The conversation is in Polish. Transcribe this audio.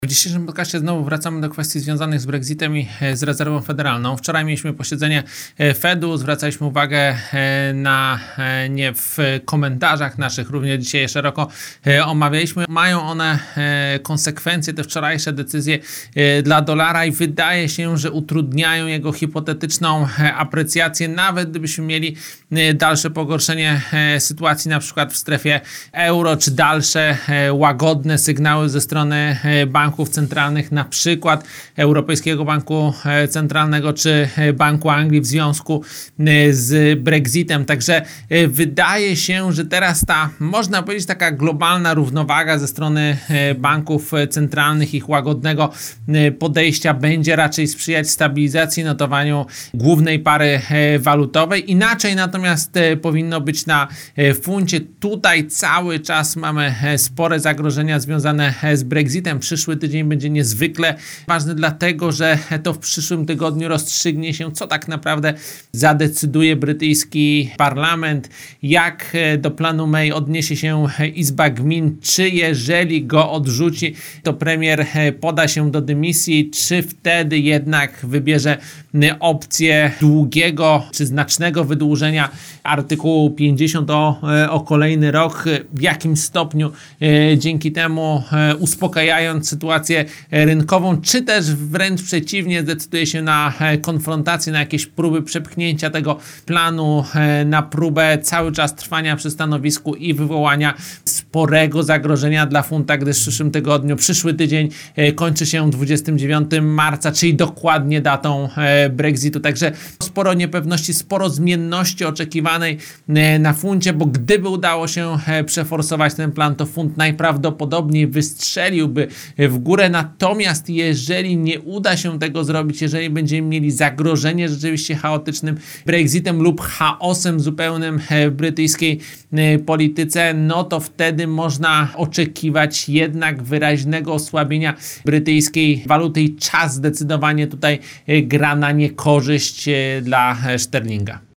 W dzisiejszym podcastie znowu wracamy do kwestii związanych z Brexitem i z rezerwą federalną. Wczoraj mieliśmy posiedzenie Fedu, zwracaliśmy uwagę na nie w komentarzach naszych, również dzisiaj je szeroko omawialiśmy. Mają one konsekwencje, te wczorajsze decyzje dla dolara i wydaje się, że utrudniają jego hipotetyczną aprecjację, nawet gdybyśmy mieli dalsze pogorszenie sytuacji na przykład w strefie euro, czy dalsze łagodne sygnały ze strony banków centralnych, na przykład Europejskiego Banku Centralnego czy Banku Anglii w związku z Brexitem. Także wydaje się, że teraz ta, można powiedzieć, taka globalna równowaga ze strony banków centralnych, ich łagodnego podejścia będzie raczej sprzyjać stabilizacji, notowaniu głównej pary walutowej. Inaczej natomiast powinno być na funcie. Tutaj cały czas mamy spore zagrożenia związane z Brexitem. Przyszły tydzień będzie niezwykle ważny, dlatego że to w przyszłym tygodniu rozstrzygnie się, co tak naprawdę zadecyduje brytyjski parlament, jak do planu May odniesie się Izba Gmin, czy jeżeli go odrzuci, to premier poda się do dymisji, czy wtedy jednak wybierze opcję długiego czy znacznego wydłużenia artykułu 50 o kolejny rok, w jakim stopniu dzięki temu uspokajając sytuację rynkową, czy też wręcz przeciwnie, zdecyduje się na konfrontację, na jakieś próby przepchnięcia tego planu, na próbę cały czas trwania przy stanowisku i wywołania sporego zagrożenia dla funta, gdyż w przyszłym tygodniu, przyszły tydzień kończy się 29 marca, czyli dokładnie datą Brexitu. Także sporo niepewności, sporo zmienności oczekiwanej na funcie, bo gdyby udało się przeforsować ten plan, to funt najprawdopodobniej wystrzeliłby w górę. Natomiast jeżeli nie uda się tego zrobić, jeżeli będziemy mieli zagrożenie rzeczywiście chaotycznym Brexitem lub chaosem zupełnym w brytyjskiej polityce, no to wtedy można oczekiwać jednak wyraźnego osłabienia brytyjskiej waluty i czas zdecydowanie tutaj gra na niekorzyść dla szterlinga.